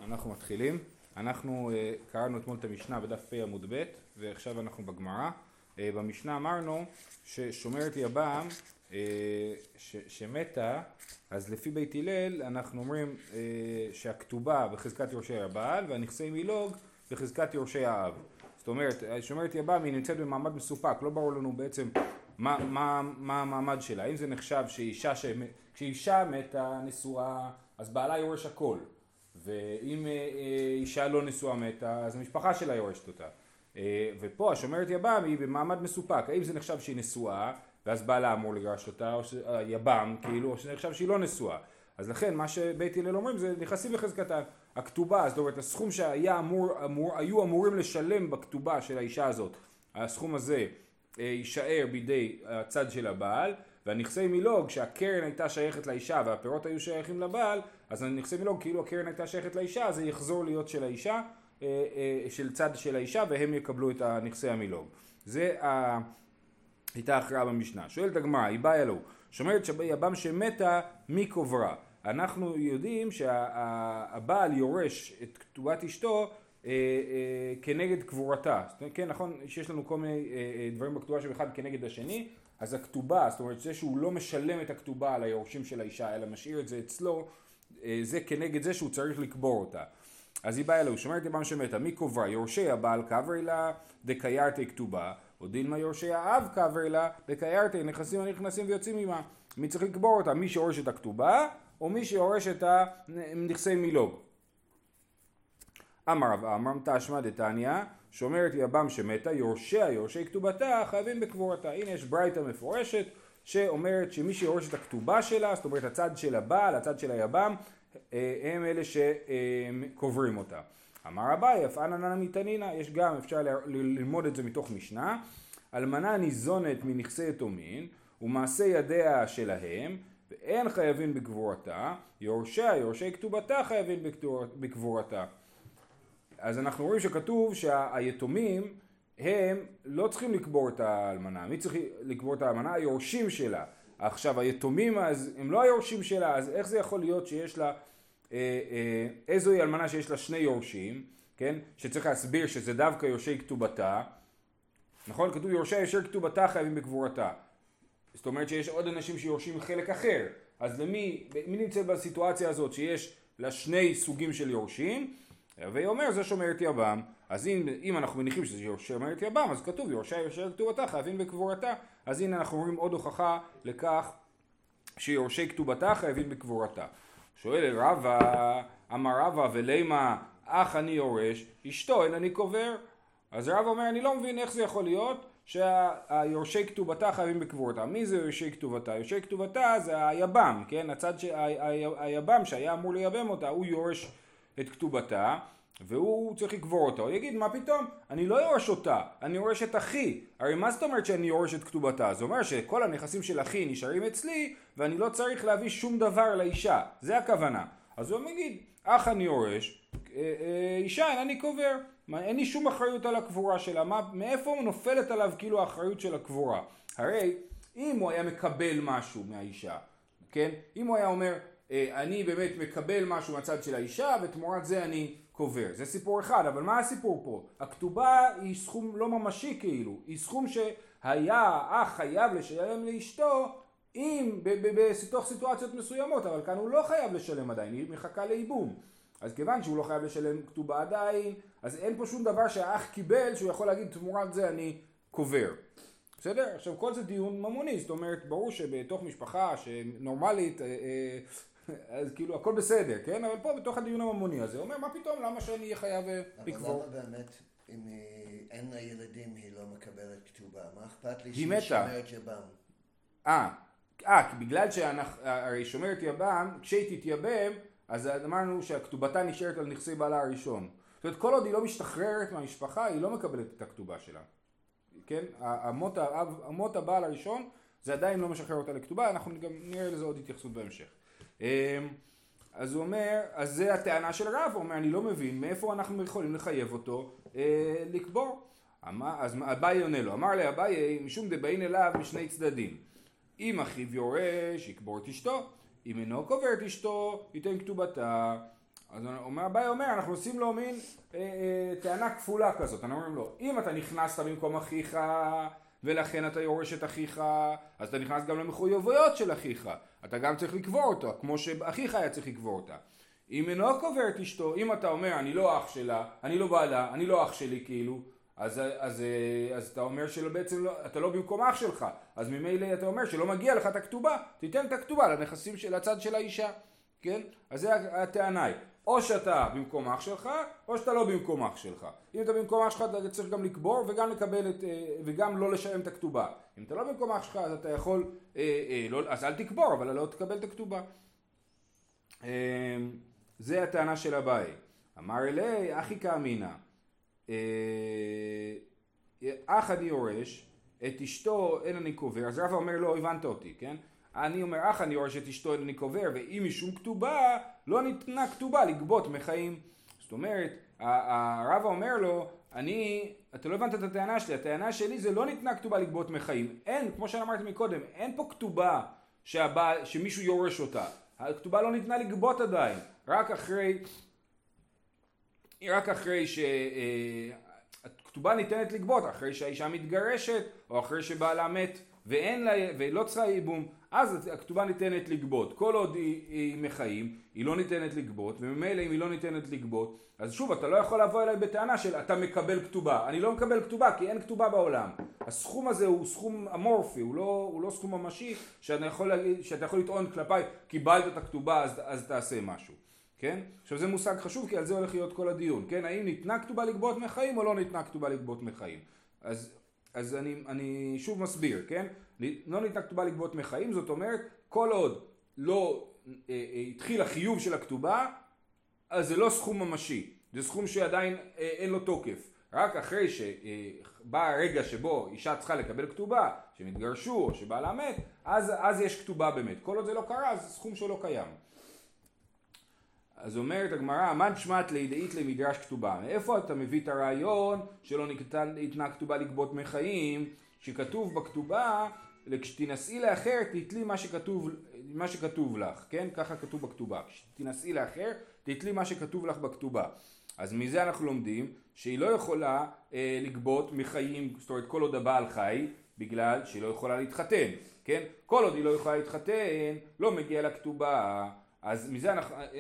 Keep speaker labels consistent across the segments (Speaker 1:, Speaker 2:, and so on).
Speaker 1: אנחנו מתחילים. אנחנו קראנו אתמול את המשנה בדף פ' עמוד ב' ועכשיו אנחנו בגמרא. במשנה אמרנו ששומרת יבם שמתה, אז לפי בית הלל אנחנו אומרים שהכתובה בחזקת יורשי הבעל והנכסי מילוג בחזקת יורשי האב. זאת אומרת, שומרת יבם היא נמצאת במעמד מסופק, לא ברור לנו בעצם מה המעמד שלה. אם זה נחשב כשאישה מתה נשואה, אז בעלה יורש הכל. ואם אישה לא נשואה מתה, אז המשפחה שלה יורשת אותה. ופה השומרת יבם היא במעמד מסופק. האם זה נחשב שהיא נשואה, ואז בעלה אמור לגרש אותה, או יבם, כאילו, או שזה נחשב שהיא לא נשואה. אז לכן מה שבית הלל אומרים זה נכסים בחזקתה. הכתובה, זאת אומרת, הסכום שהיו אמורים לשלם בכתובה של האישה הזאת, הסכום הזה יישאר בידי הצד של הבעל, והנכסי מילוג, שהקרן הייתה שייכת לאישה והפירות היו שייכים לבעל, אז הנכסי מילוג, כאילו הקרן הייתה שייכת לאישה, זה יחזור להיות של האישה, של צד של האישה, והם יקבלו את הנכסי המילוג. זה הייתה הכרעה במשנה. שואלת הגמרא, היא באה לו, שומרת יבם שמתה מי קוברה. אנחנו יודעים שהבעל יורש את כתובת אשתו כנגד קבורתה. כן, נכון שיש לנו כל מיני דברים בכתובה שבאחד כנגד השני, אז הכתובה, זאת אומרת, זה שהוא לא משלם את הכתובה על היורשים של האישה, אלא משאיר את זה אצלו, זה כנגד זה שהוא צריך לקבור אותה. אז היא באה אלו, שומרת יבם שמתה, מי קוברה? יורשי הבעל קברי לה דקיירתי כתובה, או דילמה יורשי האב קברי לה דקיירתי, נכנסים הנכנסים ויוצאים עמה. מי צריך לקבור אותה? מי שיורש את הכתובה, או מי שיורש את הנכסי מילוג. אמר רב אמר תשמע דתניא, שומרת יבם שמתה, יורשי כתובתה חייבים בקבורתה. הנה יש ברייתא מפורשת שאומרת שמי שיורש את הכתובה שלה, זאת אומרת הצד של הבעל, הצד של היבם, הם אלה שקוברים אותה. אמר אביי, אף אנא מתנינא, יש גם, אפשר ללמוד את זה מתוך משנה, אלמנה ניזונת מנכסי יתומין ומעשה ידיה שלהם, ואין חייבים בקבורתה, יורשי כתובתה חייבים בקבורתה. אז אנחנו רואים שכתוב שהיתומים הם לא צריכים לקבור את האלמנה. מי צריך לקבור את האלמנה? היורשים שלה. עכשיו היתומים אז הם לא היורשים שלה, אז איך זה יכול להיות שיש לה, איזוהי אלמנה שיש לה שני יורשים, כן? שצריך להסביר שזה דווקא יורשי כתובתה. נכון? כתוב יורשי כתובתה חייבים בקבורתה. זאת אומרת שיש עוד אנשים שיורשים חלק אחר. אז מי נמצא בסיטואציה הזאת שיש לה שני סוגים של יורשים? והיא אומר זה שומרת יבם. אז אם אנחנו מניחים שזה שומרת יבם, אז כתוב יורשי כתובתה חייבים בקבורתה. אז הנה אנחנו רואים עוד הוכחה לכך שיורשי כתובתה חייבים בקבורתה. שואל רבא, אמר רבא ולמה אך אני יורש, אשתו אין אני קובר. אז רבא אומר אני לא מבין איך זה יכול להיות שהיורשי כתובתה חייבים בקבורתה. מי זה יורשי כתובתה? יורשי כתובתה זה היבם, כן? הצד היבם שהיה אמור לייבם אותה, הוא יורש את כתובתה והוא צריך לקבור אותה. הוא יגיד מה פתאום? אני לא יורש אותה, אני יורש את אחי. הרי מה זאת אומרת שאני יורש את כתובתה? זה אומר שכל הנכסים של אחי נשארים אצלי ואני לא צריך להביא שום דבר לאישה. זה הכוונה. אז הוא יגיד, אך אני יורש, אישה אין אני קובר. אין לי שום אחריות על הקבורה שלה. מאיפה נופלת עליו כאילו האחריות של הקבורה? הרי אם הוא היה מקבל משהו מהאישה, כן? אם הוא היה אומר, אני באמת מקבל משהו מהצד של האישה ותמורת זה אני קובר. זה סיפור אחד, אבל מה הסיפור פה? הכתובה היא סכום לא ממשי כאילו, היא סכום שהיה אח חייב לשלם לאשתו בתוך סיטואציות מסוימות, אבל כאן הוא לא חייב לשלם עדיין, היא מחכה לאיבום. אז כיוון שהוא לא חייב לשלם כתובה עדיין, אז אין פה שום דבר שהאח קיבל שהוא יכול להגיד תמורת זה אני קובר. בסדר? עכשיו כל זה דיון ממוני, זאת אומרת ברור שבתוך משפחה שנורמלית אז כאילו הכל בסדר, כן? אבל פה בתוך הדיון הממוני הזה, הוא אומר, מה פתאום? למה שאני אהיה חייב לקבור?
Speaker 2: אבל למה באמת, אם אין לה ילדים, היא לא מקבלת כתובה? מה אכפת לי שהיא שומרת יבם?
Speaker 1: כי בגלל שהרי שומרת יבם, כשהיא תתייבם, אז אמרנו שהכתובתה נשארת על נכסי בעלה הראשון. זאת אומרת, כל עוד היא לא משתחררת מהמשפחה, היא לא מקבלת את הכתובה שלה. כן? המות הבעל הראשון, זה עדיין לא משחרר אותה לכתובה, אנחנו גם נראה לזה עוד התייחסות בהמשך. אז הוא אומר, אז זה הטענה של רב, הוא אומר, אני לא מבין מאיפה אנחנו יכולים לחייב אותו לקבור. אז אביי עונה לו, אמר לי אביי, משום דבאין אליו משני צדדים. אם אחיו יורש, יקבור את אשתו, אם אינו קובר את אשתו, ייתן כתובתה. אז אביי אומר, אנחנו עושים לו מין טענה כפולה כזאת. אנחנו אומרים לו, אם אתה נכנסת במקום אחיך, ולכן אתה יורש את אחיך, אז אתה נכנס גם למחויבויות של אחיך. אתה גם צריך לקבור אותה, כמו שאחיך היה צריך לקבור אותה. אם אינו קובר את אשתו, אם אתה אומר, אני לא אח שלה, אני לא בעלה, אני לא אח שלי כאילו, אז אתה אומר שבעצם אתה לא במקום אח שלך, אז ממילא אתה אומר שלא מגיע לך את הכתובה, תיתן את הכתובה לנכסים של הצד של האישה, כן? אז זה הטענה היא, או שאתה במקום אח שלך, או שאתה לא במקום אח שלך. אם אתה במקום אח שלך אתה צריך גם לקבור וגם לקבל וגם לא לשלם את הכתובה. אם אתה לא במקום אח שלך אז אתה יכול, אז אל תקבור, אבל לא תקבל את הכתובה. זה הטענה של אביי. אמר אלי, אחי כאמינא. אח אני יורש, את אשתו אין אני קובר, אז רבא אומר לא הבנת אותי, כן? אני אומר אח אני יורש את אשתו אין אני קובר, ואם משום כתובה לא ניתנה כתובה לגבות מחיים. זאת אומרת, הרבא אומר לו, אתה לא הבנת את הטענה שלי, הטענה שלי זה לא ניתנה כתובה לגבות מחיים. אין, כמו שאמרתי מקודם, אין פה כתובה שמישהו יורש אותה. הכתובה לא ניתנה לגבות עדיין, רק אחרי שהכתובה ניתנת לגבות, אחרי שהאישה מתגרשת או אחרי שבעלה מת ולא צריכה ייבום, אז הכתובה ניתנת לגבות. כל עוד היא מחיים, היא לא ניתנת לגבות, וממילא אם היא לא ניתנת לגבות, אז שוב, אתה לא יכול לבוא אליי בטענה של אתה מקבל כתובה. אני לא מקבל כתובה כי אין כתובה בעולם. הסכום הזה הוא סכום אמורפי, הוא לא סכום ממשי שאתה יכול לטעון כלפיי, קיבלת את הכתובה אז תעשה משהו. כן? עכשיו זה מושג חשוב כי על זה הולך להיות כל הדיון. כן? האם ניתנה כתובה לגבות מחיים או לא ניתנה כתובה לגבות מחיים? אז אני שוב מסביר, כן? לא ניתנה כתובה לגבות מחיים, זאת אומרת, כל עוד לא התחיל החיוב של הכתובה, אז זה לא סכום ממשי, זה סכום שעדיין אין לו תוקף. רק אחרי שבא הרגע שבו אישה צריכה לקבל כתובה, שמתגרשו או שבעלה מת, אז יש כתובה באמת. כל עוד זה לא קרה, זה סכום שלא קיים. אז אומרת הגמרא, מן שמעת לידעית למדרש כתובה. מאיפה אתה מביא את הרעיון שלא ניתנה כתובה לגבות מחיים, שכתוב בכתובה, כשתנסי לאחר תתלי מה שכתוב לך, כן? ככה כתוב בכתובה. כשתנסי לאחר תתלי מה שכתוב לך בכתובה. אז מזה אנחנו לומדים שהיא לא יכולה לגבות מחיים, זאת אומרת כל עוד הבעל חי, בגלל שהיא לא יכולה להתחתן, כן? כל עוד היא לא יכולה להתחתן, לא מגיע לכתובה. אז מזה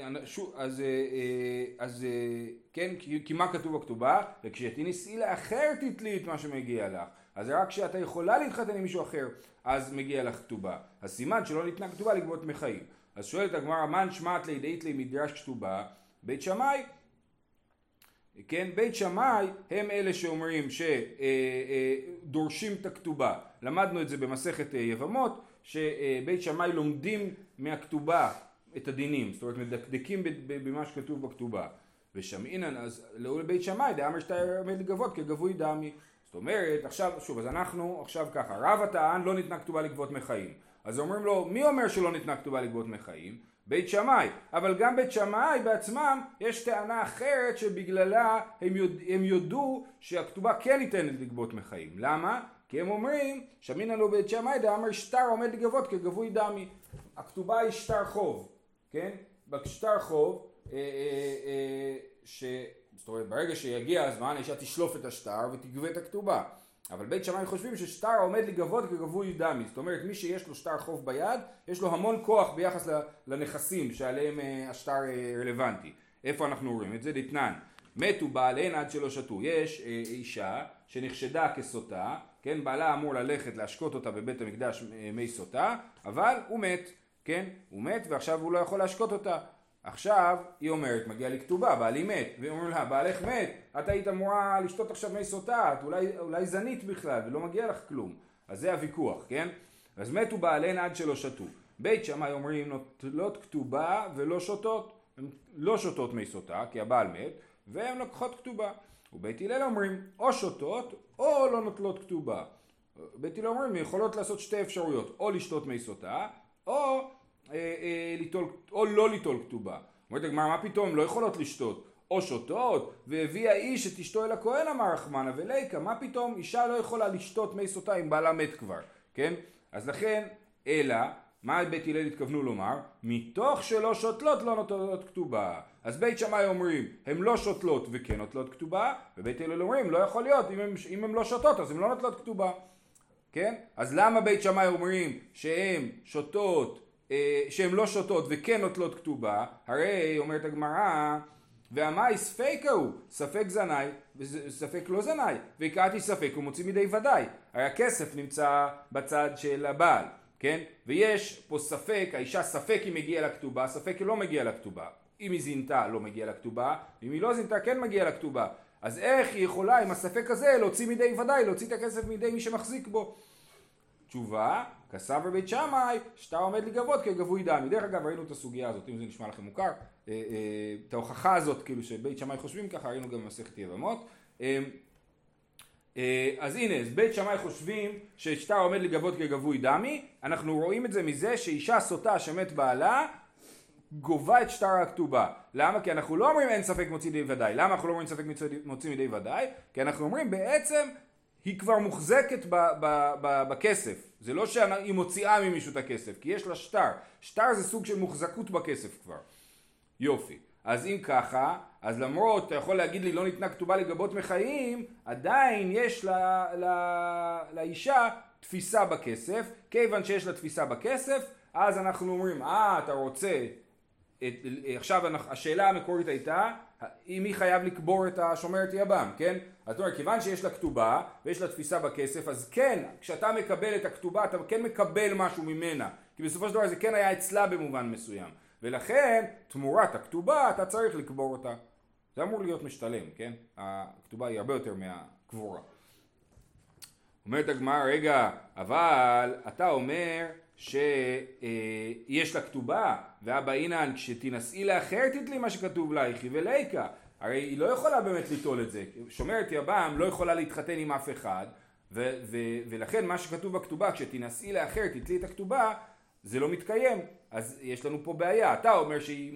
Speaker 1: כן, כי מה כתוב בכתובה? וכשתנסי לאחר תתלי את מה שמגיע לך. אז רק כשאתה יכולה להתחתן עם מישהו אחר, אז מגיע לך כתובה. אז סימן שלא ניתנה כתובה לגבות מחיים. אז שואלת הגמרא, מן שמעת לידעית למדרש כתובה? בית שמאי, כן, בית שמאי הם אלה שאומרים שדורשים את הכתובה. למדנו את זה במסכת יבמות, שבית שמאי לומדים מהכתובה את הדינים, זאת אומרת מדקדקים במה שכתוב בכתובה. ושמעינן, אז לבית שמאי דאמר שאתה עומד לגבות כגבוי דמי. זאת אומרת, עכשיו, שוב, אז אנחנו עכשיו ככה, רב הטען לא ניתנה כתובה לגבות מחיים. אז אומרים לו, מי אומר שלא ניתנה כתובה לגבות מחיים? בית שמאי. אבל גם בית שמאי בעצמם יש טענה אחרת שבגללה הם יודו שהכתובה כן ניתנת לגבות מחיים. למה? כי הם אומרים, שמעינן לו בית שמאי דאמר שטר עומד לגבות כגבוי דמי. הכתובה היא שטר חוב, כן? בשטר חוב, זאת אומרת, ברגע שיגיע הזמן, האישה תשלוף את השטר ותגבה את הכתובה. אבל בית שמאי חושבים ששטר עומד לגבות כגבוי דמי. זאת אומרת, מי שיש לו שטר חוב ביד, יש לו המון כוח ביחס לנכסים שעליהם השטר רלוונטי. איפה אנחנו רואים את זה? דתנן. מתו בעליהן עד שלא שתו. יש אישה שנחשדה כסוטה, כן? בעלה אמור ללכת להשקות אותה בבית המקדש מי סוטה, אבל הוא מת, כן? הוא מת ועכשיו הוא לא יכול להשקות אותה. עכשיו היא אומרת, מגיע לי כתובה, בעלי מת, ואומרים לה, בעלך מת, את היית אמורה לשתות עכשיו מי סוטה, את אולי זנית בכלל, ולא מגיע לך כלום. אז זה הוויכוח, כן? אז מתו בעליהן עד שלא שתו. בית שמאי אומרים, נוטלות כתובה ולא שותות, הן לא שותות מי סוטה, כי הבעל מת, והן לוקחות כתובה. ובית הלל אומרים, או שותות, או לא נוטלות כתובה. בית הלל אומרים, יכולות לעשות שתי אפשרויות, או לשתות מי סוטה, או לא ליטול כתובה. אומרת הגמרא, מה פתאום? לא יכולות לשתות. או שותות, והביא האיש את אשתו אל הכהן, אמר רחמנא וליקה, מה פתאום? אישה לא יכולה לשתות מי סוטה אם בעלה מת כבר, כן? אז לכן, אלא, מה בית הלל התכוונו לומר? מתוך שלא שותלות לא נוטלות כתובה. אז בית שמאי אומרים, הם לא שותלות וכן נוטלות כתובה, ובית הלל אומרים, לא יכול להיות, אם הם לא שותות אז הם לא נוטלות כתובה. כן? אז למה בית שמאי אומרים שהם לא שותות וכן נוטלות כתובה? הרי אומרת הגמרא, והמאי ספקה הוא, ספק זנאי וספק לא זנאי, ויקראתי ספק הוא מוציא מידי ודאי. הרי הכסף נמצא בצד של הבעל, כן? ויש פה ספק, האישה ספק היא מגיעה לכתובה, ספק היא לא מגיעה לכתובה. אם היא זינתה לא מגיעה לכתובה, אם היא לא זינתה כן מגיעה לכתובה. אז איך היא יכולה עם הספק הזה להוציא מידי ודאי, להוציא את הכסף מידי מי שמחזיק בו? תשובה, כסבר בית שמאי, שאתה עומד לגבות כגבוי דמי. דרך אגב ראינו את הסוגיה הזאת, אם זה נשמע לכם מוכר, את ההוכחה הזאת כאילו שבית שמאי חושבים ככה, ראינו גם במסכת יבמות. אז הנה, בית שמאי חושבים שאתה עומד לגבות כגבוי דמי, אנחנו רואים את זה מזה שאישה סוטה שמת בעלה, גובה את שטר הכתובה. למה? כי אנחנו לא אומרים אין ספק מוציא מידי ודאי. למה אנחנו לא אומרים ספק מוציא מידי ודאי? כי אנחנו אומרים בעצם היא כבר מוחזקת בכסף. זה לא שהיא מוציאה ממישהו את הכסף, כי יש לה שטר. שטר זה סוג של מוחזקות בכסף כבר. יופי. אז אם ככה, אז למרות, אתה יכול להגיד לי לא ניתנה כתובה לגבות מחיים, עדיין יש לאישה תפיסה בכסף. כיוון שיש לה תפיסה בכסף, אז אנחנו אומרים, אתה רוצה, עכשיו השאלה המקורית הייתה, אם היא חייב לקבור את השומרת יבם, כן? זאת אומרת, כיוון שיש לה כתובה ויש לה תפיסה בכסף, אז כן, כשאתה מקבל את הכתובה, אתה כן מקבל משהו ממנה, כי בסופו של דבר זה כן היה אצלה במובן מסוים, ולכן תמורת הכתובה אתה צריך לקבור אותה. זה אמור להיות משתלם, כן? הכתובה היא הרבה יותר מהקבורה. אומרת הגמרא, רגע, אבל אתה אומר שיש לה כתובה, ואבא אינן כשתנסי לאחר תתלי מה שכתוב לה, יחי וליקה. הרי היא לא יכולה באמת ליטול את זה. שומרת יבם לא יכולה להתחתן עם אף אחד, ולכן מה שכתוב בכתובה, כשתנסי לאחר תתלי את הכתובה, זה לא מתקיים. אז יש לנו פה בעיה. אתה אומר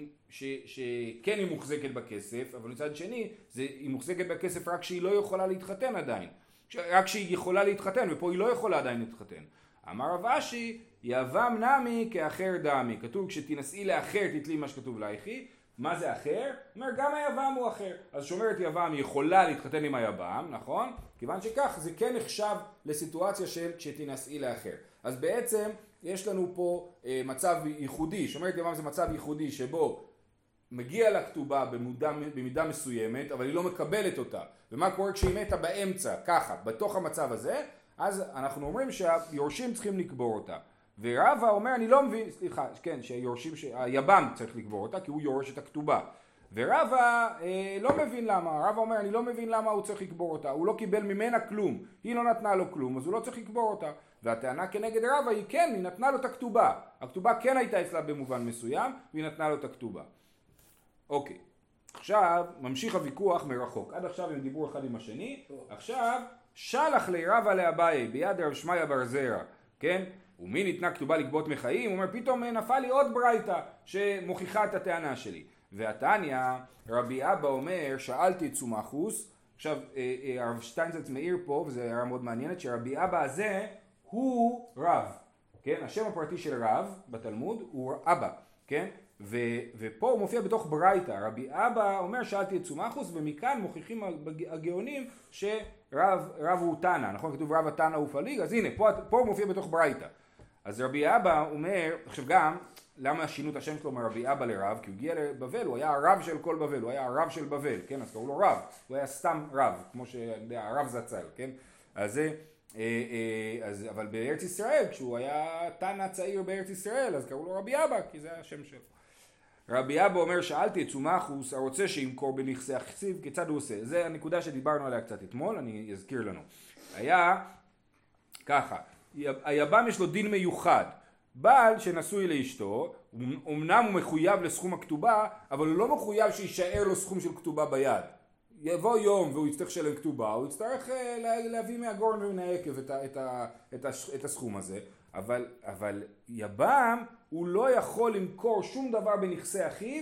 Speaker 1: שכן היא מוחזקת בכסף, אבל מצד שני, היא מוחזקת בכסף רק שהיא לא יכולה להתחתן עדיין. רק שהיא יכולה להתחתן, ופה היא לא יכולה עדיין להתחתן. אמר רב אשי, יבם נמי כאחר דמי. כתוב כשתנסי לאחר תתלי מה שכתוב לייכי. מה זה אחר? אומר גם היבם הוא אחר. אז שומרת יבם היא יכולה להתחתן עם היבם, נכון? כיוון שכך זה כן נחשב לסיטואציה של כשתנסי לאחר. אז בעצם יש לנו פה מצב ייחודי. שומרת יבם זה מצב ייחודי שבו מגיע לה כתובה במידה מסוימת, אבל היא לא מקבלת אותה. ומה קורה כשהיא מתה באמצע? ככה, בתוך המצב הזה, אז אנחנו אומרים שהיורשים צריכים לקבור אותה. ורבא אומר, אני לא מבין, סליחה, כן, שהיבם צריך לקבור אותה, כי הוא יורש את הכתובה. ורבא לא מבין למה, רבא אומר, אני לא מבין למה הוא צריך לקבור אותה. הוא לא קיבל ממנה כלום, היא לא נתנה לו כלום, אז הוא לא צריך לקבור אותה. והטענה כנגד רבא היא כן, היא נתנה לו את הכתובה. הכתובה כן הייתה אצלה במובן מסוים, והיא נתנה לו את הכתובה. אוקיי, עכשיו ממשיך הוויכוח מרחוק. עד עכשיו הם דיברו אחד עם השני, עכשיו שלח לי רבא לאביי ביד רב שמעיה בר זרע, כן? ומי ניתנה כתובה לגבות מחיים? הוא אומר, פתאום נפל לי עוד ברייתא שמוכיחה את הטענה שלי. והתניא, רבי אבא אומר, שאלתי את צומחוס, עכשיו הרב שטיינזלץ מאיר פה, וזו הערה מאוד מעניינת, שרבי אבא הזה הוא רב, כן? השם הפרטי של רב בתלמוד הוא אבא, כן? ופה הוא מופיע בתוך ברייתא. רבי אבא אומר, שאלתי את צומחוס, ומכאן מוכיחים הגאונים שרב הוא תנא, נכון? כתוב רב התנא הוא פליג, אז הנה, פה הוא מופיע בתוך ברייתא. אז רבי אבא אומר, עכשיו גם, למה שינו את השם שלו מרבי אבא לרב? כי הוא הגיע לבבל, הוא היה הרב של כל בבל, הוא היה הרב של בבל, כן? אז קראו לו רב, הוא היה סתם רב, כמו שהרב זצ"ל, כן? אז אבל בארץ ישראל, כשהוא היה תנא צעיר בארץ ישראל, אז קראו לו רבי אבא, כי זה היה השם שלו. רבי אבא אומר, שאלתי את צומחוס, הרוצה שימכור בנכסי אחיו, כיצד הוא עושה? זה הנקודה שדיברנו עליה קצת אתמול, אני אזכיר לנו. היה ככה, היבם יש לו דין מיוחד, בעל שנשוי לאשתו, אמנם הוא מחויב לסכום הכתובה, אבל הוא לא מחויב שישאר לו סכום של כתובה ביד. יבוא יום והוא יצטרך לשלם כתובה, הוא יצטרך להביא מהגורן ומן היקב את הסכום הזה, אבל יבם הוא לא יכול למכור שום דבר בנכסי אחיו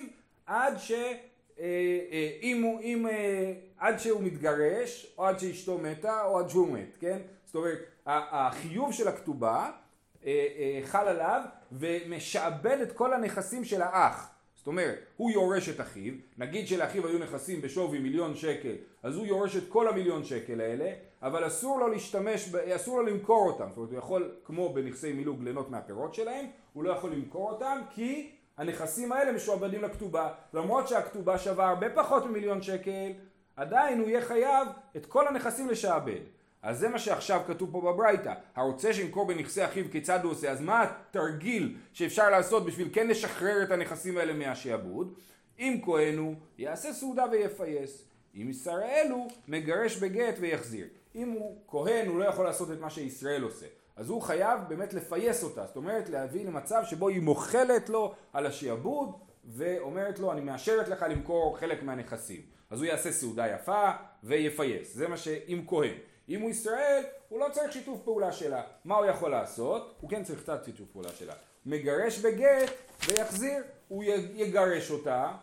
Speaker 1: עד שהוא מתגרש, או עד שאשתו מתה, או עד שהוא מת, כן? זאת אומרת, החיוב של הכתובה חל עליו ומשעבד את כל הנכסים של האח. זאת אומרת, הוא יורש את אחיו, נגיד שלאחיו היו נכסים בשווי 1,000,000 שקל, אז הוא יורש את כל 1,000,000 שקל האלה, אבל אסור לו למכור אותם. זאת אומרת, הוא יכול, כמו בנכסי מילוג, ליהנות מהפירות שלהם, הוא לא יכול למכור אותם, כי הנכסים האלה משועבדים לכתובה. למרות שהכתובה שווה הרבה פחות מ1,000,000 שקל, עדיין הוא יהיה חייב את כל הנכסים לשעבד. אז זה מה שעכשיו כתוב פה בברייתא. הרוצה שימכור בנכסי אחיו, כיצד הוא עושה? אז מה התרגיל שאפשר לעשות בשביל כן לשחרר את הנכסים האלה מהשעבוד? אם כהן הוא, יעשה סעודה ויפייס. אם ישראל הוא, מגרש בגט ויחזיר. אם הוא כהן, הוא לא יכול לעשות את מה שישראל עושה. אז הוא חייב באמת לפייס אותה. זאת אומרת, להביא למצב שבו היא מוחלת לו על השעבוד, ואומרת לו, אני מאשרת לך למכור חלק מהנכסים. אז הוא יעשה סעודה יפה ויפייס. זה מה שאם כהן. אם הוא ישראל, הוא לא צריך שיתוף פעולה שלה. מה הוא יכול לעשות? הוא כן צריך קצת שיתוף פעולה שלה. מגרש בגט ויחזיר, הוא יגרש אותה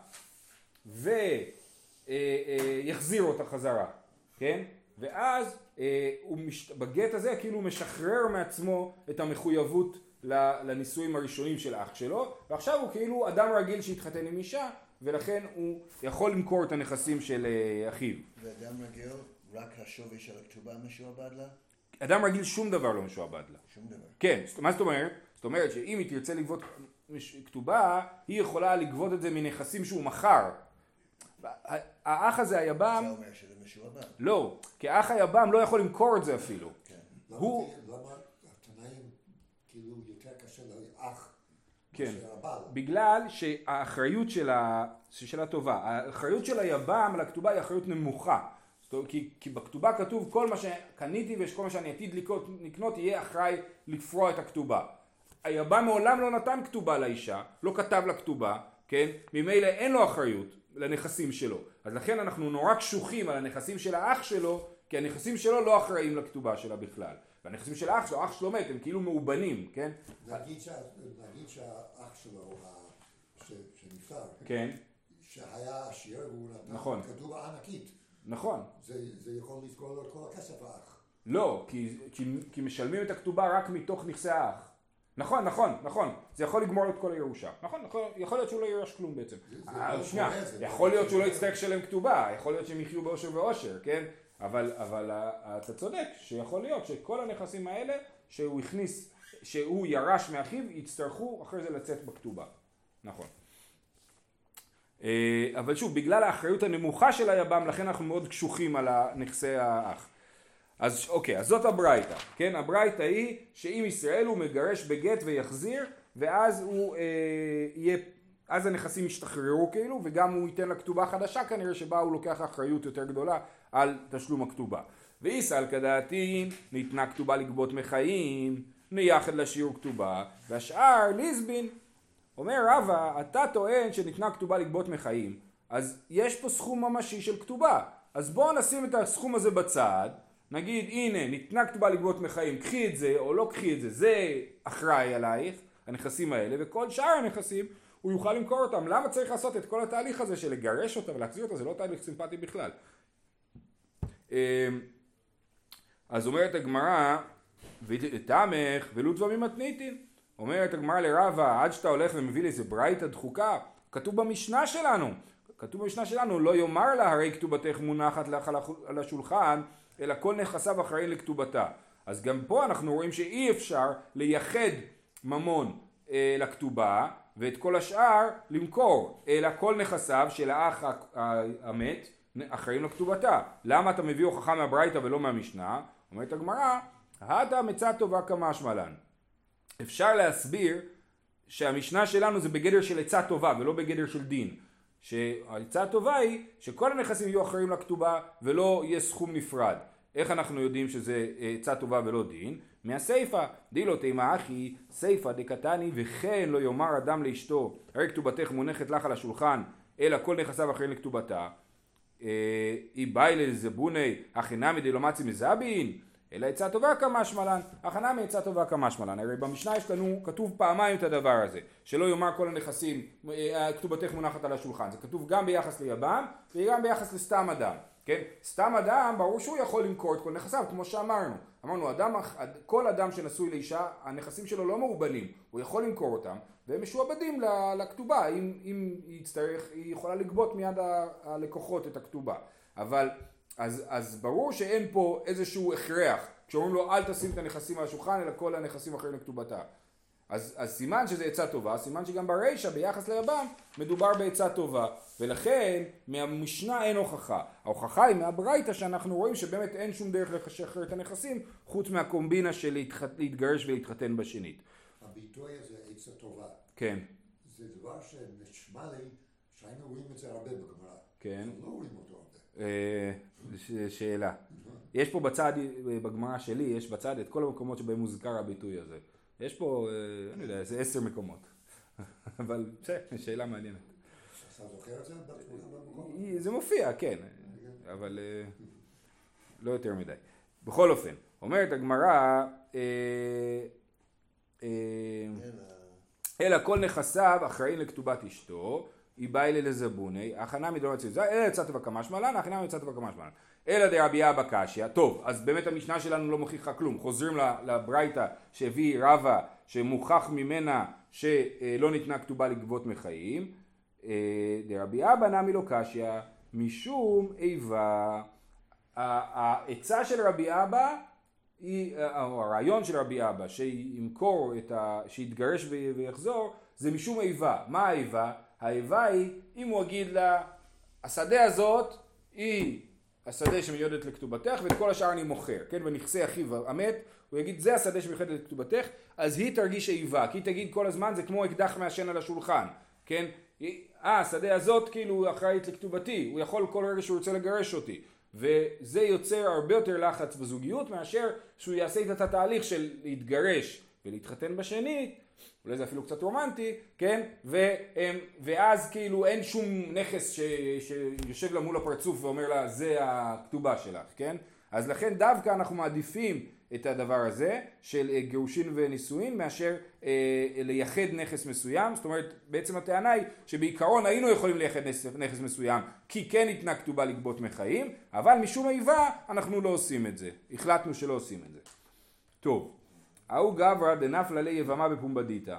Speaker 1: ויחזיר אותה חזרה. כן? ואז בגט הזה כאילו הוא משחרר מעצמו את המחויבות לנישואים הראשונים של אח שלו, ועכשיו הוא כאילו אדם רגיל שהתחתן עם אישה, ולכן הוא יכול למכור את הנכסים של אחיו.
Speaker 2: ואדם רגיל, רק השווי של הכתובה משועבד לה?
Speaker 1: אדם רגיל שום דבר לא משועבד לה.
Speaker 2: שום דבר.
Speaker 1: כן, מה זאת אומרת? זאת אומרת שאם היא תרצה לגבות כתובה, היא יכולה לגבות את זה מנכסים שהוא מכר. האח הזה היבם...
Speaker 2: זה אומר שזה משועבד.
Speaker 1: לא, כי האח היבם לא יכול למכור את זה אפילו.
Speaker 3: כן. למה התנאים כאילו יותר קשה לאח?
Speaker 1: כן, בגלל שהאחריות של הטובה, האחריות של היבם על הכתובה היא אחריות נמוכה. כי בכתובה כתוב כל מה שקניתי וכל מה שאני עתיד לקנות יהיה אחראי לפרוע את הכתובה. היבם מעולם לא נתן כתובה לאישה, לא כתב לה כתובה, כן? ממילא אין לו אחריות לנכסים שלו. אז לכן אנחנו נורא קשוחים על הנכסים של האח שלו, כי הנכסים שלו לא אחראים לכתובה שלה בכלל. והנכסים של האח שלו, האח שלו מת, הם כאילו מאובנים, כן?
Speaker 3: נגיד שהאח שלו שנפטר,
Speaker 1: כן.
Speaker 3: שהיה עשיר והוא נתן
Speaker 1: נכון.
Speaker 3: כתובה ענקית.
Speaker 1: נכון.
Speaker 3: זה יכול לסגור לו את כל הכסף האח.
Speaker 1: לא, כי משלמים את הכתובה רק מתוך נכסי האח. נכון. זה יכול לגמור את כל הירושה. נכון, יכול להיות שהוא לא ירוש כלום בעצם. שנייה, יכול להיות שהוא לא יצטרך לשלם כתובה, יכול להיות שהם יחיו באושר ואושר, כן? אבל אתה צודק שיכול להיות שכל הנכסים האלה שהוא ירש מאחיו, יצטרכו אחרי זה לצאת בכתובה. נכון. אבל שוב, בגלל האחריות הנמוכה של היבם, לכן אנחנו מאוד קשוחים על נכסי האח. אז אוקיי, אז זאת הברייתא, כן? הברייתא היא שאם ישראל הוא מגרש בגט ויחזיר, ואז אז הנכסים ישתחררו כאילו, וגם הוא ייתן לכתובה חדשה כנראה שבה הוא לוקח אחריות יותר גדולה על תשלום הכתובה. ואיסל כדעתי ניתנה כתובה לגבות מחיים, נייחד לשיעור כתובה, והשאר ליזבין. אומר רבא, אתה טוען שניתנה כתובה לגבות מחיים, אז יש פה סכום ממשי של כתובה. אז בואו נשים את הסכום הזה בצד, נגיד הנה ניתנה כתובה לגבות מחיים, קחי את זה או לא קחי את זה, זה אחראי עלייך, הנכסים האלה, וכל שאר הנכסים הוא יוכל למכור אותם. למה צריך לעשות את כל התהליך הזה של לגרש אותה ולהחזיר אותה? זה לא תהליך סימפטי בכלל. אז אומרת הגמרא, ותמך ולוטבא ממתניתין. אומרת הגמרא לרבא, עד שאתה הולך ומביא לי איזה ברייתא דחוקה, כתוב במשנה שלנו, לא יאמר לה הרי כתובתך מונחת לך על השולחן, אלא כל נכסיו אחראים לכתובתה. אז גם פה אנחנו רואים שאי אפשר לייחד ממון לכתובה, ואת כל השאר למכור, אלא כל נכסיו של האח המת אחראים לכתובתה. למה אתה מביא הוכחה מהברייתא ולא מהמשנה? אומרת הגמרא, הדה מצא טובה כמשמע לן. אפשר להסביר שהמשנה שלנו זה בגדר של עצה טובה ולא בגדר של דין. שהעצה הטובה היא שכל הנכסים יהיו אחראים לכתובה ולא יהיה סכום נפרד. איך אנחנו יודעים שזה עצה טובה ולא דין? מהסייפה, דילו תימא אחי, סייפה דקתני וכן לא יאמר אדם לאשתו, הרי כתובתך מונחת לך על השולחן, אלא כל נכסיו אחראים לכתובתה. היא באי לזבוני, הכי נמי דלא מצי מזבין, אלא עצה טובה כמשמעלן, הכנה מעצה טובה כמשמעלן. הרי במשנה יש לנו, כתוב פעמיים את הדבר הזה, שלא יאמר כל הנכסים, כתובתך מונחת על השולחן. זה כתוב גם ביחס ליבם וגם ביחס לסתם אדם. כן? סתם אדם, ברור שהוא יכול למכור את כל נכסיו, כמו שאמרנו. אמרנו, כל אדם שנשוי לאישה, הנכסים שלו לא מאובנים, הוא יכול למכור אותם, והם משועבדים לכתובה. אם היא יצטרך, היא יכולה לגבות מיד הלקוחות את הכתובה. אבל אז ברור שאין פה איזשהו הכרח, כשאומרים לו אל תשים את הנכסים על השולחן, אלא כל הנכסים אחרים לכתובתה. אז סימן שזה עצה טובה, סימן שגם ברישה ביחס ליבם מדובר בעצה טובה, ולכן מהמשנה אין הוכחה. ההוכחה היא מהברייתא שאנחנו רואים שבאמת אין שום דרך לשחרר את הנכסים חוץ מהקומבינה של להתגרש ולהתחתן בשנית.
Speaker 3: הביטוי הזה עצה טובה.
Speaker 1: כן.
Speaker 3: זה דבר שנשמע לי שהיינו רואים את זה הרבה בגמרא.
Speaker 1: כן.
Speaker 3: לא רואים אותו הרבה.
Speaker 1: שאלה. יש פה בצד, בגמרא שלי, יש בצד את כל המקומות שבהם מוזכר הביטוי הזה. יש פה, אני יודע, זה 10 מקומות. אבל שאלה מעניינת.
Speaker 3: אתה זוכר את זה?
Speaker 1: זה מופיע, כן. אבל לא יותר מדי. בכל אופן, אומרת הגמרא, אלא כל נכסיו אחראים לכתובת אשתו, היא באה אלה לזבוני, הכנה מדבר הציוזה, אלא יצא טובה כמשמעלן, הכנה יצא טובה כמשמעלן. אלא דרבי אבא קשיא, טוב, אז באמת המשנה שלנו לא מוכיחה כלום, חוזרים לברייתא שהביא רבא, שמוכח ממנה שלא ניתנה כתובה לגבות מחיים, דרבי אבא נמי לא קשיא, משום איבה. העצה של רבי אבא, או הרעיון של רבי אבא, שימכור, שיתגרש ויחזור, זה משום איבה. מה האיבה? האיבה היא, אם הוא יגיד לה, השדה הזאת היא השדה שמיועדת לכתובתך ואת כל השאר אני מוכר, כן? ונכסי אחיו המת, הוא יגיד זה השדה שמיוחדת לכתובתך, אז היא תרגיש איבה, כי היא תגיד כל הזמן זה כמו אקדח מעשן על השולחן, כן? השדה הזאת כאילו אחראית לכתובתי, הוא יכול כל רגע שהוא רוצה לגרש אותי, וזה יוצר הרבה יותר לחץ בזוגיות מאשר שהוא יעשה את התהליך של להתגרש ולהתחתן בשנית, אולי זה אפילו קצת רומנטי, כן? ואז כאילו אין שום נכס שיושב לה מול הפרצוף ואומר לה זה הכתובה שלך, כן? אז לכן דווקא אנחנו מעדיפים את הדבר הזה של גירושין ונישואין מאשר לייחד נכס מסוים. זאת אומרת בעצם הטענה היא שבעיקרון היינו יכולים לייחד נכס מסוים כי כן ניתנה כתובה לגבות מחיים, אבל משום איבה אנחנו לא עושים את זה, החלטנו שלא עושים את זה. טוב, ההוא גברא דנפלה לי יבמה בפומבדיתא.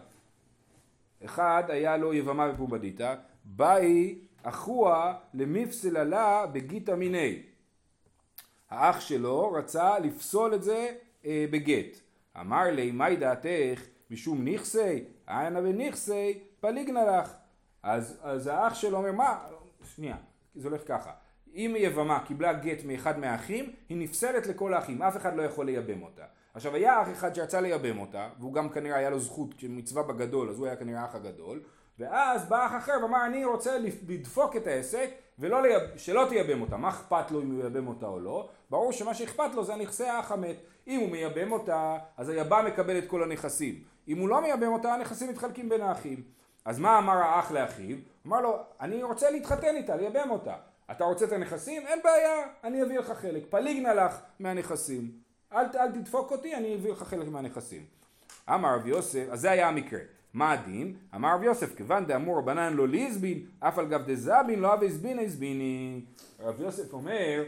Speaker 1: אחד היה לו יבמה בפומבדיתא, באי אחוה למפסלה לה בגיטה מיני. האח שלו רצה לפסול את זה בגט. אמר לי, מהי דעתך משום נכסי? אנה בנכסי פליגנה לך. אז האח שלו אומר, מה? שנייה, זה הולך ככה. אם יבמה קיבלה גט מאחד מהאחים, היא נפסלת לכל האחים, אף אחד לא יכול לייבם אותה. עכשיו היה אח אחד שרצה לייבם אותה, והוא גם כנראה היה לו זכות מצווה בגדול, אז הוא היה כנראה האח הגדול, ואז בא אח אחר ואמר אני רוצה לדפוק את העסק שלא תייבם אותה. מה אכפת לו אם הוא ייבם אותה או לא? ברור שמה שאכפת לו זה הנכסי האח המת. אם הוא מייבם אותה אז היבם מקבל את כל הנכסים, אם הוא לא מייבם אותה הנכסים מתחלקים בין האחים. אז מה אמר האח לאחיו? אמר לו אני רוצה להתחתן איתה, לייבם אותה. אתה רוצה את הנכסים? אין בעיה, אני אביא לך חלק, פליגנה לך מהנכסים, אל תדפוק אותי, אני אביא לך חלק מהנכסים. אמר רב יוסף, אז זה היה המקרה. מה הדין? אמר רב יוסף, כיוון דאמור רבנן לא ליזבין, אף על גב דזבין לא אב הזבין הזביני. רב יוסף אומר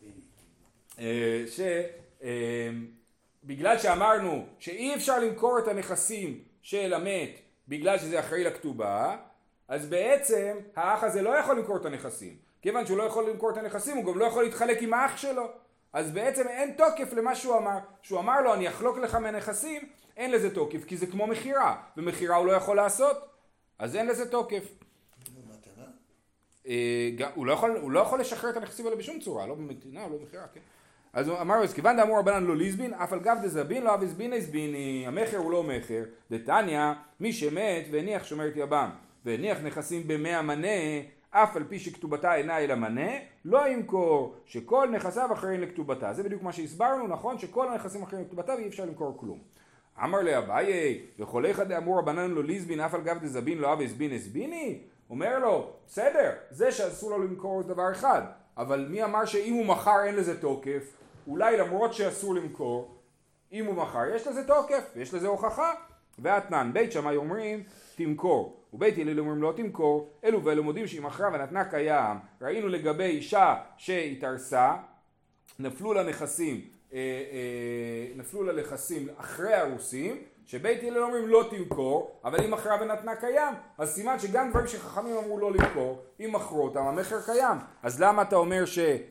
Speaker 1: שבגלל שאמרנו שאי אפשר למכור את הנכסים של המת בגלל שזה אחראי לכתובה, אז בעצם האח הזה לא יכול למכור את הנכסים. כיוון שהוא לא יכול למכור את הנכסים, הוא גם לא יכול להתחלק עם האח שלו. אז בעצם אין תוקף למה שהוא אמר. שהוא אמר לו אני אחלוק לך מהנכסים, אין לזה תוקף, כי זה כמו מחירה, ומחירה הוא לא יכול לעשות, אז אין לזה תוקף. הוא לא יכול לשחרר את הנכסים האלה בשום צורה, לא במתנה, לא במחירה, כן? אז הוא אמר, אז כיוון דאמור רבנן לא ליזבין, אף על גב דזבין לא אב הזבין הזביני, המחר הוא לא מחר, דתניא, מי שמת והניח שומרת יבם, והניח נכסים ב100 מנה, אף על פי שכתובתה אינה אלא מנה, לא ימכור, שכל נכסיו אחרים לכתובתה. זה בדיוק מה שהסברנו, נכון? שכל הנכסים אחרים לכתובתה ואי אפשר למכור כלום. אמר לאביי, וכל אחד אמור רבנן לא ליזבין, אף על גב דזבין לא אב הזבין הזביני? אומר לו, בסדר, זה שאסור לו למכור דבר אחד, אבל מי אמר שאם הוא מחר אין לזה תוקף? אולי למרות שאסור למכור, אם הוא מכר, יש לזה תוקף, יש לזה הוכחה. ואתנן, בית שמאי אומרים תמכור, ובית הלל אומרים לא תמכור, אלו ואלו מודים שהיא מכרה ונתנה קיים. ראינו לגבי אישה שהתארסה, נפלו לה נכסים אחרי הרוסים, שבית הלל אומרים לא תמכור, אבל היא מכרה ונתנה קיים, אז סימן שגם דברים שחכמים אמרו לא למכור, אם מכרו אותם, המחר קיים. אז למה אתה אומר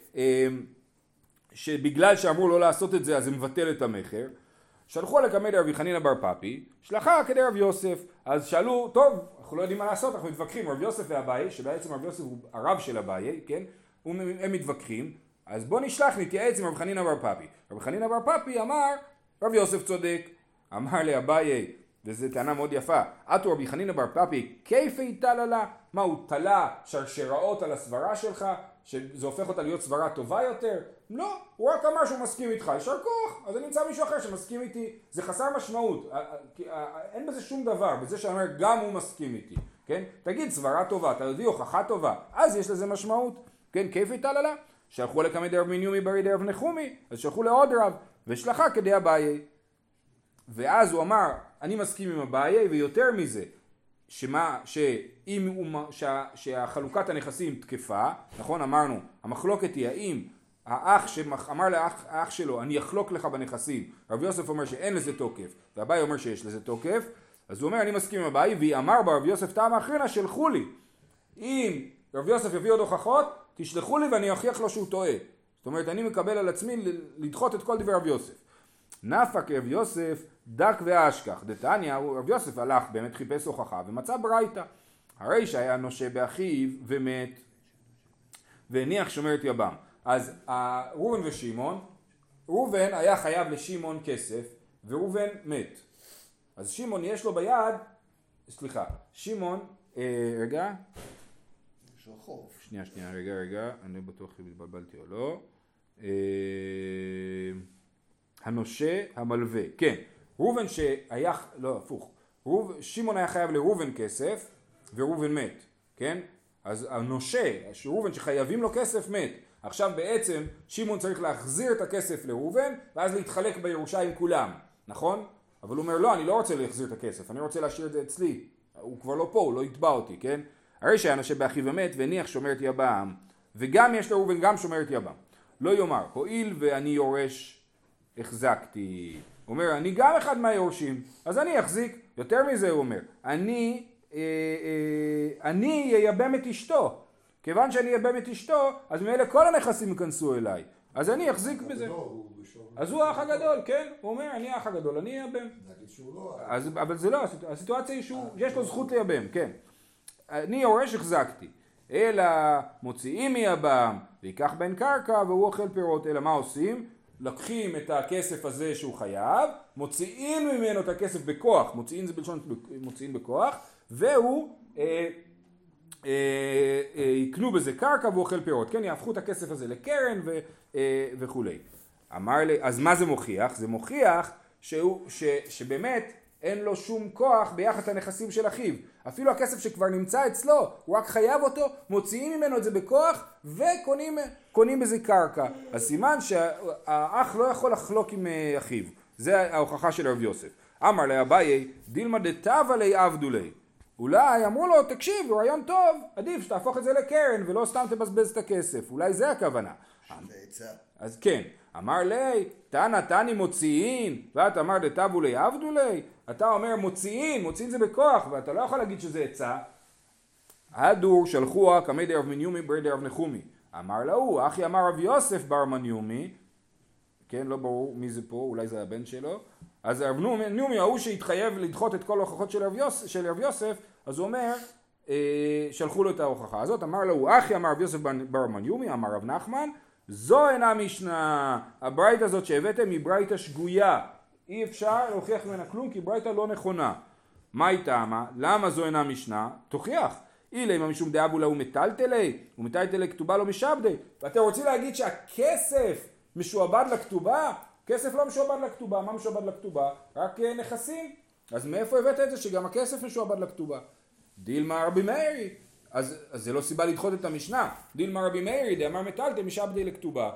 Speaker 1: שבגלל שאמרו לא לעשות את זה, אז זה מבטל את המחר? שלחו לקמא דרבי חנינא בר פפי, שלחה כדי רב יוסף. אז שאלו, טוב, אנחנו לא יודעים מה לעשות, אנחנו מתווכחים, רב יוסף ואביי, שבעצם רב יוסף הוא הרב של אביי, כן? הם מתווכחים, אז בוא נשלח, נתייעץ עם רב חנינא בר פפי. רב חנינא בר פפי אמר, רב יוסף צודק. אמר לאביי, וזו טענה מאוד יפה, אתו רבי חנינא בר פפי, כיפי תללה? מה, הוא תלה שרשראות על הסברה שלך, שזה הופך אותה להיות סברה טובה יותר? לא, הוא רק אמר שהוא מסכים איתך, ישר כוח, אז אני נמצא מישהו אחר שמסכים איתי, זה חסר משמעות, אין בזה שום דבר, בזה שאומר גם הוא מסכים איתי, כן? תגיד סברה טובה, תביא הוכחה טובה, אז יש לזה משמעות, כן? כיפי תללה? שלחו לקמא דרב מניומי ברי דרב נחומי, אז שלחו לעוד רב, ושלחה כדי אביי. ואז הוא אמר, אני מסכים עם אביי, ויותר מזה, שהחלוקת הנכסים תקפה, נכון? אמרנו, המחלוקת היא האם האח שאמר לאח שלו, אני אחלוק לך בנכסים, רב יוסף אומר שאין לזה תוקף, ואביי אומר שיש לזה תוקף, אז הוא אומר, אני מסכים עם אביי, והיא אמר ברב יוסף טעם האחרינה, שלחו לי. אם רב יוסף יביא עוד הוכחות, תשלחו לי ואני אוכיח לו שהוא טועה. זאת אומרת, אני מקבל על עצמי לדחות את כל דבר רב יוסף. נפק רב יוסף דק ואשכח. דתניא, רב יוסף הלך, באמת חיפש הוכחה ומצא ברייתא. הרי שהיה נושה באחיו ומת והניח שומר את יבם. אז ראובן ושמעון, ראובן היה חייב לשמעון כסף וראובן מת. אז שמעון יש לו ביד, שמעון, רגע.
Speaker 2: יש לו חוב.
Speaker 1: שנייה, רגע, אני בטוח אם התבלבלתי או לא. הנושה המלווה, כן, ראובן שהיה, לא, הפוך, שמעון היה חייב לראובן כסף וראובן מת, כן? אז הנושה, ראובן שחייבים לו כסף מת, עכשיו בעצם שמעון צריך להחזיר את הכסף לראובן ואז להתחלק בירושה עם כולם, נכון? אבל הוא אומר לא, אני לא רוצה להחזיר את הכסף, אני רוצה להשאיר את זה אצלי, הוא כבר לא פה, הוא לא יתבע אותי, כן? הרי שהיה נושה באחיו ומת והניח שומר את יבם, וגם יש לראובן גם שומר את יבם, לא יאמר, הואיל ואני יורש החזקתי. הוא אומר, אני גם אחד מהיורשים, אז אני אחזיק. יותר מזה הוא אומר, אני ייבם את אשתו. כיוון שאני ייבם את אשתו, אז מאלה כל הנכסים יכנסו אליי. אז אני אחזיק בזה. אז הוא האח הגדול, כן? הוא אומר, אני האח הגדול, אני ייבם. אבל זה לא, הסיטואציה היא שיש לו זכות לייבם, כן. אני יורש החזקתי. אלא מוציאים מיבם, ויקח בן קרקע, והוא אוכל פירות. אלא מה עושים? לקחים את הכסף הזה שהוא חייב, מוציאים ממנו את הכסף בכוח, מוציאים זה בלשון מוציאים בכוח, והוא יקנו בזה קרקע והוא אוכל פירות, כן, יהפכו את הכסף הזה לקרן וכו'. אמר לי, אז מה זה מוכיח? זה מוכיח שבאמת אין לו שום כוח ביחס לנכסים של אחיו. אפילו הכסף שכבר נמצא אצלו, הוא רק חייב אותו, מוציאים ממנו את זה בכוח וקונים בזה קרקע. אז סימן שהאח לא יכול לחלוק עם אחיו. זה ההוכחה של רב יוסף. אמר לאביי, דילמה דתבה לי עבדו לי. אולי אמרו לו, תקשיב, רעיון טוב, עדיף שתהפוך את זה לקרן ולא סתם תבזבז את הכסף. אולי זה הכוונה. אז כן. אמר לי, תני מוציאים, ואת אמר דתבו לי עבדו לי, אתה אומר מוציאים זה בכוח, ואתה לא יכול להגיד שזה עצה. הדור שלחוה קמא דרב מניומי ברי דרב נחומי. אמר לו, אחי אמר רב יוסף בר מניומי, כן, לא ברור מי זה פה, אולי זה הבן שלו. אז רב מניומי, ההוא שהתחייב לדחות את כל ההוכחות של רב יוסף, אז הוא אומר, שלחו לו את ההוכחה הזאת. אמר לו, אחי אמר רב יוסף בר מניומי, אמר רב נחמן, זו אינה משנה, הברייתא הזאת שהבאתם היא ברייתא שגויה, אי אפשר להוכיח ממנה כלום כי ברייתא לא נכונה. מה היא טעמה? למה זו אינה משנה? תוכיח. אילי מה משום דאבו לה ומטלטלי, ומטלטלי כתובה לו משעבדי. ואתם רוצים להגיד שהכסף משועבד לכתובה? כסף לא משועבד לכתובה, מה משועבד לכתובה? רק נכסים. אז מאיפה הבאת את זה שגם הכסף משועבד לכתובה? דילמה רבי מאירי. אז זה לא סיבה לדחות את המשנה. דילמה רבי מאירי דאמר מטלטל משעבדי לכתובה.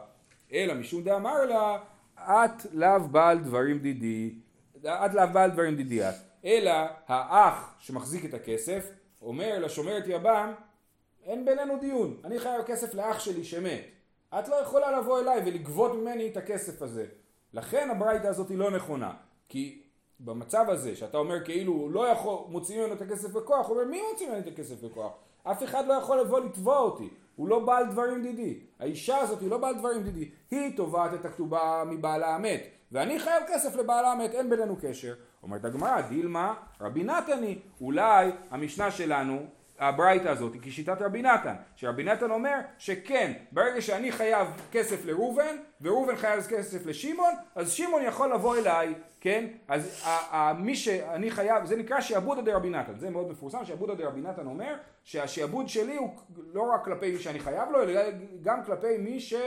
Speaker 1: אלא משום דאמר לה, את לאו בעל דברים דידי, את. אלא האח שמחזיק את הכסף, אומר לשומרת יבם, אין בינינו דיון, אני חייב כסף לאח שלי שמת. את לא יכולה לבוא אליי ולגבות ממני את הכסף הזה. לכן הברייתא הזאת היא לא נכונה. כי במצב הזה, שאתה אומר כאילו לא יכול, מוציאים ממנו את הכסף בכוח, הוא אומר מי מוציא ממנו את הכסף בכוח? אף אחד לא יכול לבוא לתבוע אותי. הוא לא בעל דברים דידי. האישה הזאת היא לא בעל דברים דידי. היא תובעת את הכתובה מבעלה המת. ואני חייב כסף לבעלה המת, אין בינינו קשר. אומרת הגמרא, דילמה, רבי נתני, אולי המשנה שלנו, הברייתא הזאת היא כשיטת רבי נתן, שרבי נתן אומר שכן, ברגע שאני חייב כסף לראובן, וראובן חייב כסף לשמעון, אז שמעון יכול לבוא אליי, כן? אז מי שאני חייב, זה נקרא שעבודא דרבי נתן, זה מאוד מפורסם, שעבודא דרבי נתן אומר שהשעבוד שלי הוא לא רק כלפי מי שאני חייב לו, אלא גם כלפי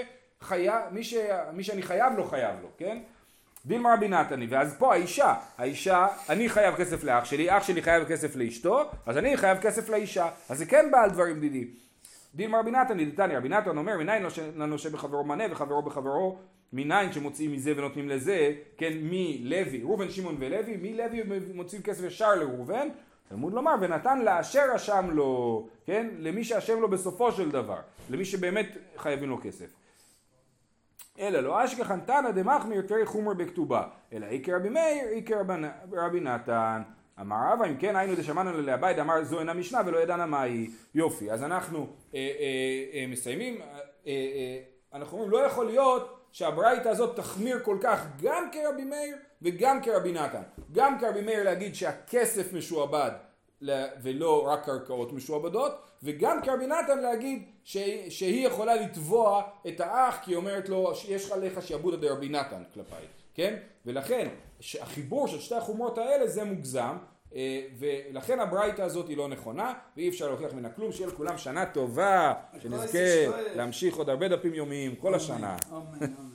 Speaker 1: מי שאני חייב לו חייב לו, כן? דילמה רבי נתני, ואז פה האישה, אני חייב כסף לאח שלי, אח שלי חייב כסף לאשתו, אז אני חייב כסף לאישה, אז זה כן בעל דברים דידי. דילמה רבי נתני, דתני, רבי נתן אומר, מניין לנושה בחברו מנה וחברו בחברו, מניין שמוצאים מזה ונותנים לזה, כן, מלוי, ראובן, שמעון ולוי, מלוי מוצאים כסף ישר לראובן, תלמוד לומר, ונתן לאשר אשם לו, כן, למי שאשם לו בסופו של דבר, למי שבאמת חייבים לו כסף. אלא לא אשכח תנא דמחמיר תרי חומר בכתובה, אלא איקר רבי מאיר, איקר רבי נתן. אמר רבא, אם כן היינו דשמענו לאביי, אמר זו אינה משנה ולא ידענה מה היא. יופי, אז אנחנו מסיימים, אנחנו אומרים לא יכול להיות שהברייתא הזאת תחמיר כל כך גם כרבי מאיר וגם כרבי נתן. גם כרבי מאיר להגיד שהכסף משועבד ולא רק קרקעות משועבדות, וגם כרבי נתן להגיד שהיא יכולה לתבוע את האח, כי היא אומרת לו, יש לך שעבודא דרבי נתן כלפיי, כן? ולכן, החיבור של שתי החומרות האלה זה מוגזם, ולכן הברייתא הזאת היא לא נכונה, ואי אפשר להוכיח מן הכלום. שיהיה לכולם שנה טובה, שנזכה להמשיך עוד הרבה דפים יומיים כל השנה.